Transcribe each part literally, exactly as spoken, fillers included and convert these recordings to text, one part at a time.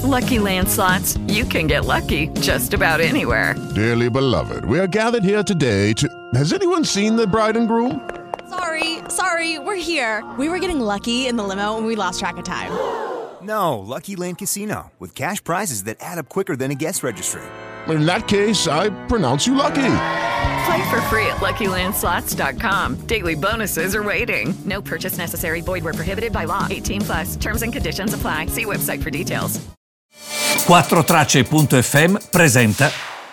Lucky Land Slots, you can get lucky just about anywhere. Dearly beloved, we are gathered here today to... Has anyone seen the bride and groom? Sorry, sorry, we're here. We were getting lucky in the limo and we lost track of time. No, Lucky Land Casino, with cash prizes that add up quicker than a guest registry. In that case, I pronounce you lucky. Play for free at Lucky Land Slots dot com. Daily bonuses are waiting. No purchase necessary. Void where prohibited by law. eighteen plus. Terms and conditions apply. See website for details. quattro tracce punto effe emme presenta.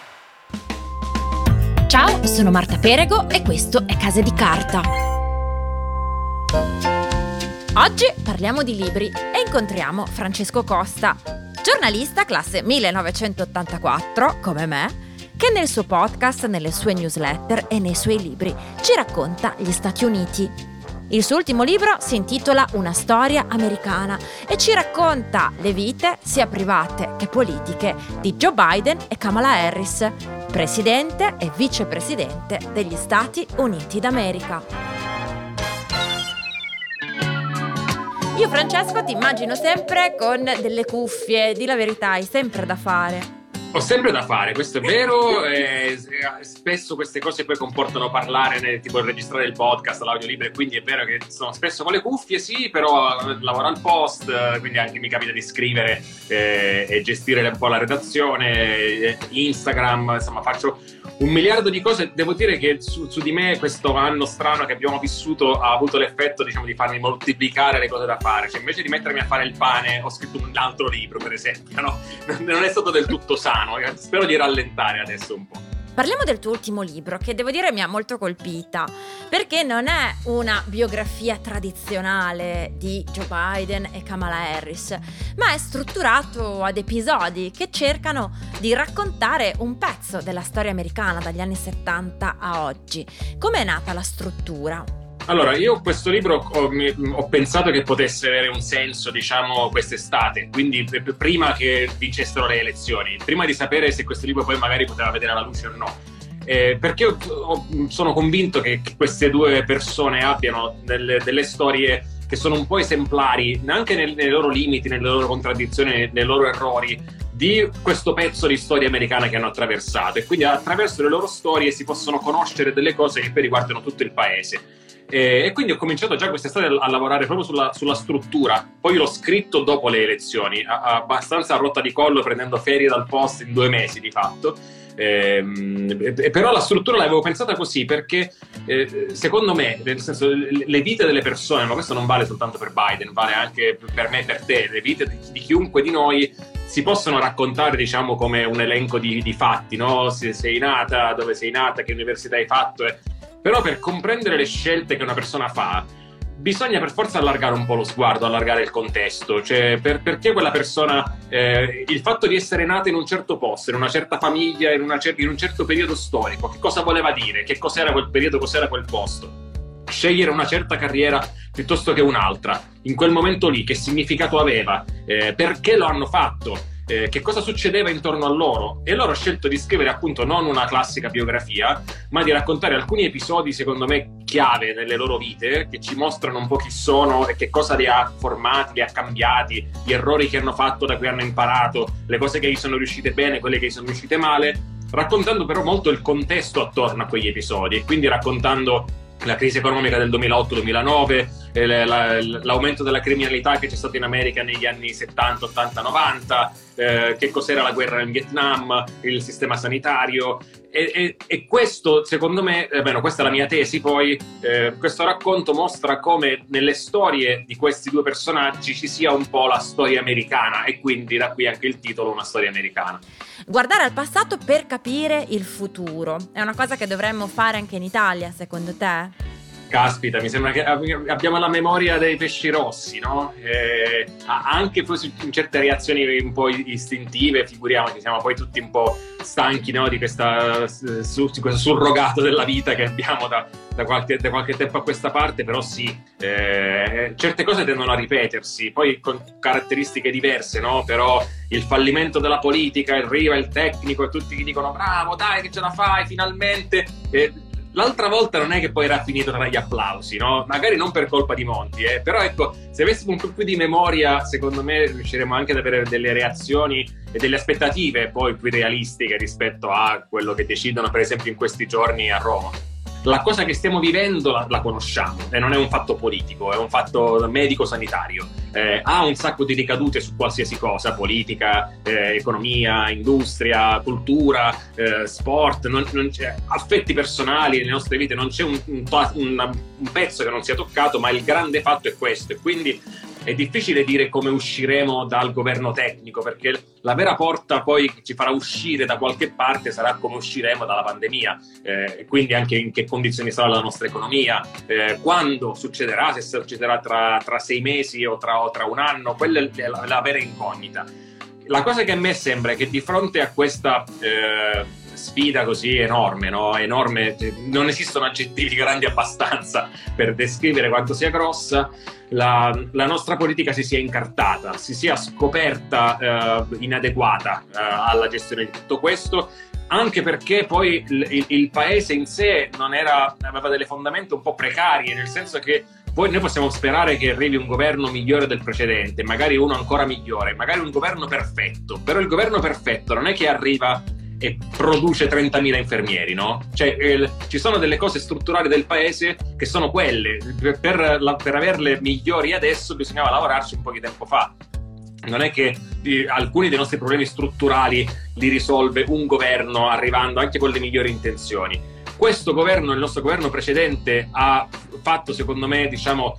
Ciao, sono Marta Perego e questo è Case di Carta. Oggi parliamo di libri e incontriamo Francesco Costa, giornalista classe millenovecentottantaquattro, come me, che nel suo podcast, nelle sue newsletter e nei suoi libri ci racconta gli Stati Uniti. Il suo ultimo libro si intitola Una storia americana e ci racconta le vite, sia private che politiche, di Joe Biden e Kamala Harris, presidente e vicepresidente degli Stati Uniti d'America. Io, Francesco, ti immagino sempre con delle cuffie, di la verità, hai sempre da fare. Ho sempre da fare, questo è vero, e spesso queste cose poi comportano parlare, nel, tipo registrare il podcast, l'audiolibro, e quindi è vero che sono spesso con le cuffie, sì, però lavoro al post, quindi anche mi capita di scrivere eh, e gestire un po' la redazione, Instagram, insomma faccio un miliardo di cose. Devo dire che su, su di me questo anno strano che abbiamo vissuto ha avuto l'effetto, diciamo, di farmi moltiplicare le cose da fare. Cioè, invece di mettermi a fare il pane, ho scritto un altro libro, per esempio, no? Non è stato del tutto sano. Spero di rallentare adesso un po'. Parliamo del tuo ultimo libro, che devo dire mi ha molto colpita, perché non è una biografia tradizionale di Joe Biden e Kamala Harris, ma è strutturato ad episodi che cercano di raccontare un pezzo della storia americana dagli anni settanta a oggi. Com'è nata la struttura? Allora, io questo libro ho, mi, ho pensato che potesse avere un senso, diciamo, quest'estate, quindi p- prima che vincessero le elezioni, prima di sapere se questo libro poi magari poteva vedere la luce o no. Eh, perché ho, ho, sono convinto che, che queste due persone abbiano delle, delle storie che sono un po' esemplari, anche nel, nei loro limiti, nelle loro contraddizioni, nei, nei loro errori, di questo pezzo di storia americana che hanno attraversato, e quindi attraverso le loro storie si possono conoscere delle cose che poi riguardano tutto il paese. E quindi ho cominciato già quest'estate a lavorare proprio sulla, sulla struttura. Poi l'ho scritto dopo le elezioni, abbastanza a rotta di collo, prendendo ferie dal post in due mesi di fatto. Eh, però la struttura l'avevo pensata così perché eh, secondo me, nel senso, le, le vite delle persone, ma questo non vale soltanto per Biden, vale anche per me e per te, le vite di, di chiunque di noi si possono raccontare, diciamo, come un elenco di, di fatti, no? Se sei nata, dove sei nata, che università hai fatto, eh. Però per comprendere le scelte che una persona fa bisogna per forza allargare un po' lo sguardo, allargare il contesto, cioè per, perché quella persona, eh, il fatto di essere nata in un certo posto, in una certa famiglia, in, una cer- in un certo periodo storico, che cosa voleva dire, che cos'era quel periodo, cos'era quel posto, scegliere una certa carriera piuttosto che un'altra, in quel momento lì, che significato aveva, eh, perché lo hanno fatto, Eh, che cosa succedeva intorno a loro. E loro ho scelto di scrivere appunto non una classica biografia, ma di raccontare alcuni episodi secondo me chiave nelle loro vite, che ci mostrano un po' chi sono e che cosa li ha formati, li ha cambiati, gli errori che hanno fatto, da cui hanno imparato, le cose che gli sono riuscite bene, quelle che gli sono riuscite male, raccontando però molto il contesto attorno a quegli episodi, e quindi raccontando la crisi economica del duemilaotto duemilanove, eh, la, l'aumento della criminalità che c'è stato in America negli anni settanta, ottanta, novanta, eh, che cos'era la guerra in Vietnam, il sistema sanitario, e, e, e questo secondo me, eh, beh, questa è la mia tesi poi, eh, questo racconto mostra come nelle storie di questi due personaggi ci sia un po' la storia americana, e quindi da qui anche il titolo, Una storia americana. Guardare al passato per capire il futuro è una cosa che dovremmo fare anche in Italia, secondo te? Caspita, mi sembra che abbiamo la memoria dei pesci rossi, no? Eh, anche poi su certe reazioni un po' istintive, figuriamoci, siamo poi tutti un po' stanchi, no? Di questa, su, di questo surrogato della vita che abbiamo da, da, qualche, da qualche tempo a questa parte, però sì, eh, certe cose tendono a ripetersi, poi con caratteristiche diverse, no? Però il fallimento della politica, arriva il tecnico e tutti gli dicono bravo, dai che ce la fai, finalmente... Eh, l'altra volta non è che poi era finito tra gli applausi, no? Magari non per colpa di Monti, eh? Però ecco, se avessimo un po' più di memoria, secondo me riusciremo anche ad avere delle reazioni e delle aspettative poi più realistiche rispetto a quello che decidono, per esempio, in questi giorni a Roma. La cosa che stiamo vivendo la, la conosciamo e non è un fatto politico, è un fatto medico-sanitario. Eh, ha un sacco di ricadute su qualsiasi cosa, politica, eh, economia, industria, cultura, eh, sport, non, non c'è, affetti personali nelle nostre vite, non c'è un, un, un, un pezzo che non sia toccato, ma il grande fatto è questo, e quindi è difficile dire come usciremo dal governo tecnico, perché la vera porta poi che ci farà uscire da qualche parte sarà come usciremo dalla pandemia, eh, quindi anche in che condizioni sarà la nostra economia, eh, quando succederà, se succederà tra, tra sei mesi o tra, o tra un anno, quella è la, la vera incognita. La cosa che a me sembra è che di fronte a questa eh, sfida così enorme, no? enorme, non esistono aggettivi grandi abbastanza per descrivere quanto sia grossa, la, la nostra politica si sia incartata, si sia scoperta eh, inadeguata eh, alla gestione di tutto questo, anche perché poi il, il, il paese in sé non era, aveva delle fondamenta un po' precarie, nel senso che poi noi possiamo sperare che arrivi un governo migliore del precedente, magari uno ancora migliore, magari un governo perfetto, però il governo perfetto non è che arriva e produce trentamila infermieri, no? Cioè, eh, ci sono delle cose strutturali del paese che sono quelle, per, per, la, per averle migliori adesso bisognava lavorarci un po' di tempo fa. Non è che eh, alcuni dei nostri problemi strutturali li risolve un governo arrivando anche con le migliori intenzioni. Questo governo, il nostro governo precedente, ha fatto, secondo me, diciamo,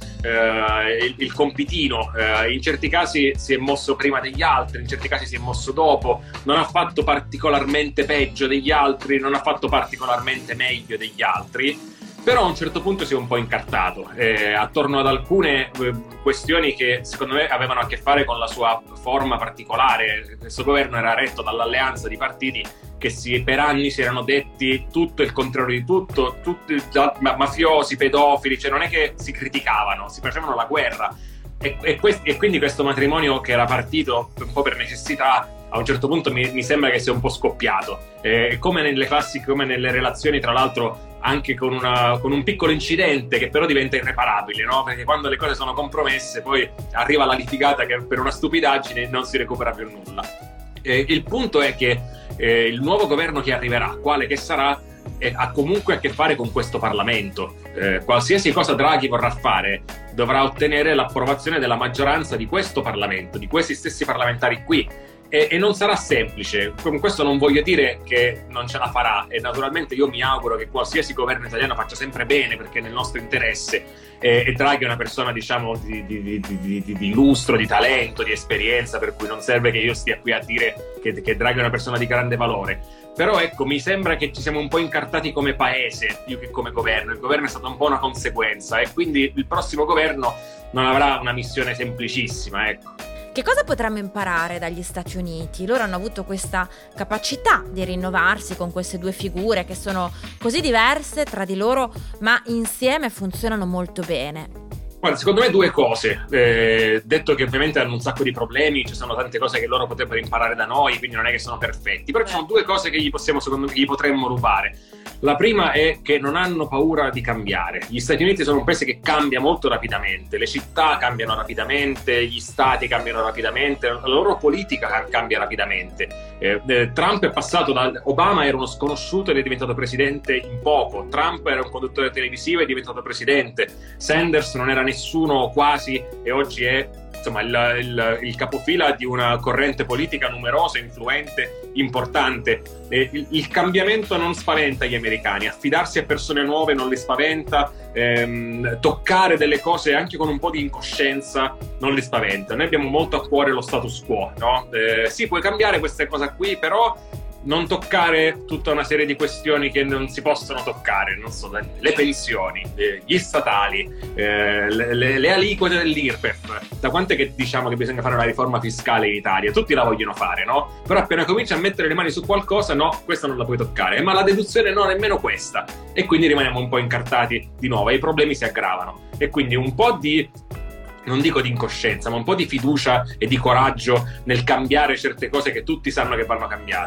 eh, il, il compitino. Eh, in certi casi si è mosso prima degli altri, in certi casi si è mosso dopo, non ha fatto particolarmente peggio degli altri, non ha fatto particolarmente meglio degli altri, però a un certo punto si è un po' incartato eh, attorno ad alcune eh, questioni che secondo me avevano a che fare con la sua forma particolare. Questo governo era retto dall'alleanza di partiti che si, per anni si erano detti tutto il contrario di tutto, tutti ma, mafiosi, pedofili, cioè non è che si criticavano, si facevano la guerra. E, e, quest- e quindi questo matrimonio che era partito un po' per necessità, a un certo punto mi, mi sembra che sia un po' scoppiato. Eh, come nelle classiche, come nelle relazioni, tra l'altro, anche con, una, con un piccolo incidente che però diventa irreparabile, no? Perché quando le cose sono compromesse poi arriva la litigata che per una stupidaggine non si recupera più nulla. Eh, il punto è che eh, il nuovo governo che arriverà, quale che sarà, eh, ha comunque a che fare con questo Parlamento. Eh, qualsiasi cosa Draghi vorrà fare dovrà ottenere l'approvazione della maggioranza di questo Parlamento, di questi stessi parlamentari qui. E, e non sarà semplice. Con questo non voglio dire che non ce la farà, e naturalmente io mi auguro che qualsiasi governo italiano faccia sempre bene, perché è nel nostro interesse, e, e Draghi è una persona, diciamo, di, di, di, di, di, di lustro, di talento, di esperienza, per cui non serve che io stia qui a dire che, che Draghi è una persona di grande valore. Però ecco, mi sembra che ci siamo un po' incartati come paese più che come governo. Il governo è stato un po' una conseguenza, e quindi il prossimo governo non avrà una missione semplicissima, ecco. Che cosa potremmo imparare dagli Stati Uniti? Loro hanno avuto questa capacità di rinnovarsi con queste due figure che sono così diverse tra di loro, ma insieme funzionano molto bene. Guarda, secondo me due cose. Eh, detto che ovviamente hanno un sacco di problemi, ci sono tante cose che loro potrebbero imparare da noi, quindi non è che sono perfetti, però ci sono due cose che gli possiamo, secondo me, che gli potremmo rubare. La prima è che non hanno paura di cambiare. Gli Stati Uniti sono un paese che cambia molto rapidamente, le città cambiano rapidamente, gli stati cambiano rapidamente, la loro politica cambia rapidamente. Eh, eh, Trump è passato da... Obama era uno sconosciuto ed è diventato presidente in poco. Trump era un conduttore televisivo e è diventato presidente. Sanders non era nessuno quasi e oggi è, insomma, il, il, il capofila di una corrente politica numerosa, influente, importante. Eh, il, il cambiamento non spaventa gli americani, affidarsi a persone nuove non li spaventa, ehm, toccare delle cose anche con un po' di incoscienza non li spaventa. Noi abbiamo molto a cuore lo status quo, no? Eh, sì, puoi cambiare queste cose qui, però non toccare tutta una serie di questioni che non si possono toccare, non so, le pensioni, gli statali, eh, le, le, le aliquote dell'I R P E F. Da quanto è che diciamo che bisogna fare una riforma fiscale in Italia? Tutti la vogliono fare, no? Però appena cominci a mettere le mani su qualcosa, no, questa non la puoi toccare. Ma la deduzione no, nemmeno questa. E quindi rimaniamo un po' incartati di nuovo e i problemi si aggravano. E quindi un po' di... non dico di incoscienza, ma un po' di fiducia e di coraggio nel cambiare certe cose che tutti sanno che vanno cambiate.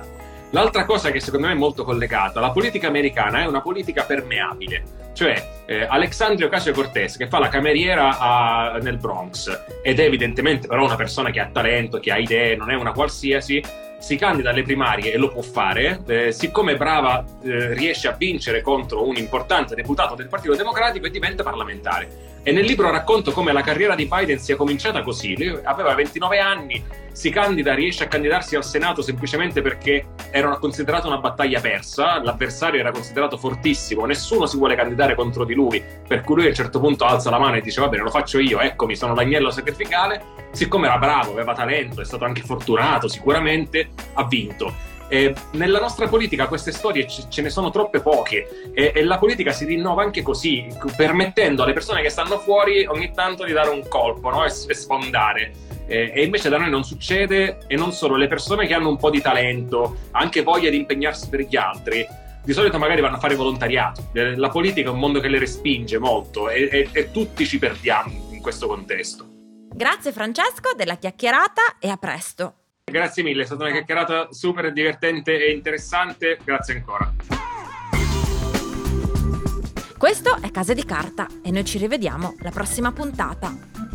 L'altra cosa che secondo me è molto collegata, la politica americana è una politica permeabile, cioè eh, Alexandria Ocasio-Cortez che fa la cameriera a, nel Bronx ed è evidentemente però una persona che ha talento, che ha idee, non è una qualsiasi, si candida alle primarie e lo può fare, eh, siccome è brava eh, riesce a vincere contro un importante deputato del Partito Democratico e diventa parlamentare. E nel libro racconto come la carriera di Biden sia cominciata così. Lui aveva ventinove anni, si candida, riesce a candidarsi al Senato semplicemente perché era considerata una battaglia persa, l'avversario era considerato fortissimo, nessuno si vuole candidare contro di lui, per cui lui a un certo punto alza la mano e dice va bene, lo faccio io, eccomi, sono l'agnello sacrificale. Siccome era bravo, aveva talento, è stato anche fortunato sicuramente, ha vinto. Eh, nella nostra politica queste storie ce, ce ne sono troppe poche e, e la politica si rinnova anche così, permettendo alle persone che stanno fuori ogni tanto di dare un colpo, no? e, e sfondare. Eh, e invece da noi non succede, e non solo, le persone che hanno un po' di talento, anche voglia di impegnarsi per gli altri, di solito magari vanno a fare volontariato. Eh, la politica è un mondo che le respinge molto e, e, e tutti ci perdiamo in questo contesto. Grazie Francesco della chiacchierata e a presto. Grazie mille, è stata una chiacchierata super divertente e interessante, grazie ancora. Questo è Case di Carta e noi ci rivediamo la prossima puntata.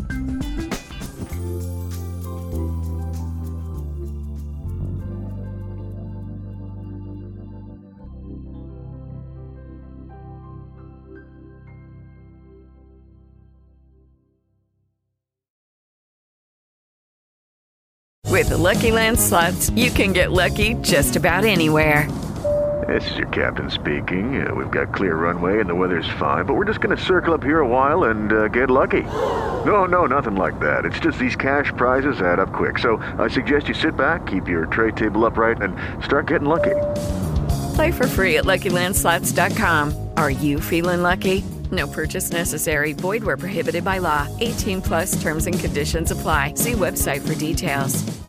With the Lucky Land Slots, you can get lucky just about anywhere. This is your captain speaking. Uh, we've got clear runway and the weather's fine, but we're just going to circle up here a while and uh, get lucky. No, no, nothing like that. It's just these cash prizes add up quick. So I suggest you sit back, keep your tray table upright, and start getting lucky. Play for free at Lucky Land Slots dot com. Are you feeling lucky? No purchase necessary. Void where prohibited by law. eighteen plus terms and conditions apply. See website for details.